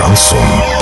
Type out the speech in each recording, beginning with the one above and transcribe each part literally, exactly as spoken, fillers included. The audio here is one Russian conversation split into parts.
Шансон.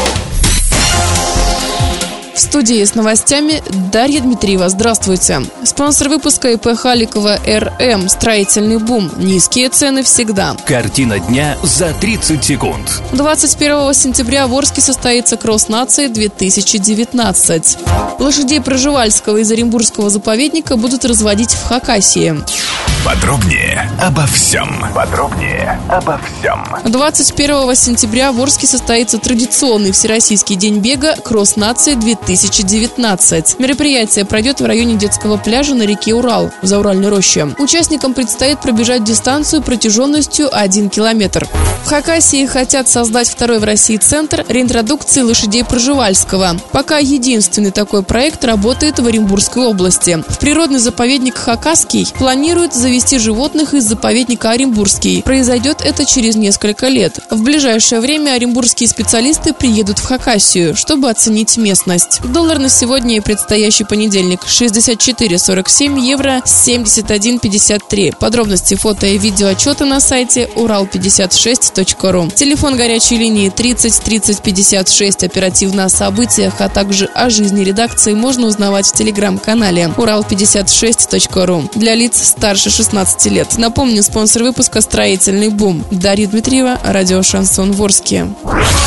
В студии с новостями Дарья Дмитриева. Здравствуйте. Спонсор выпуска ИП Халикова РМ. Строительный бум. Низкие цены всегда. Картина дня за тридцать секунд. двадцать первого сентября в Орске состоится Кросс нации две тысячи девятнадцать. Лошадей Пржевальского из Оренбургского заповедника будут разводить в Хакасии. Подробнее обо всем. Подробнее обо всем. двадцать первого сентября в Орске состоится традиционный Всероссийский день бега Кросс нации две тысячи девятнадцать. Мероприятие пройдет в районе детского пляжа на реке Урал в Зауральной роще. Участникам предстоит пробежать дистанцию протяженностью один километр. В Хакасии хотят создать второй в России центр реинтродукции лошадей Пржевальского. Пока единственный такой проект работает в Оренбургской области. В природный заповедник Хакасский планируют завести животных из заповедника Оренбургский. Произойдет это через несколько лет. В ближайшее время оренбургские специалисты приедут в Хакасию, чтобы оценить местность. Доллар на сегодня и предстоящий понедельник шестьдесят четыре сорок семь, евро семьдесят один пятьдесят три. Подробности, фото и видеоотчеты на сайте урал пятьдесят шесть точка ру. Телефон горячей линии тридцать тридцать пятьдесят шесть. Оперативно о событиях, а также о жизни редакции можно узнавать в телеграм-канале урал пятьдесят шесть точка ру для лиц старше шестнадцати лет. Напомню, спонсор выпуска «Строительный бум». Дарья Дмитриева, радио «Шансон» в Орске.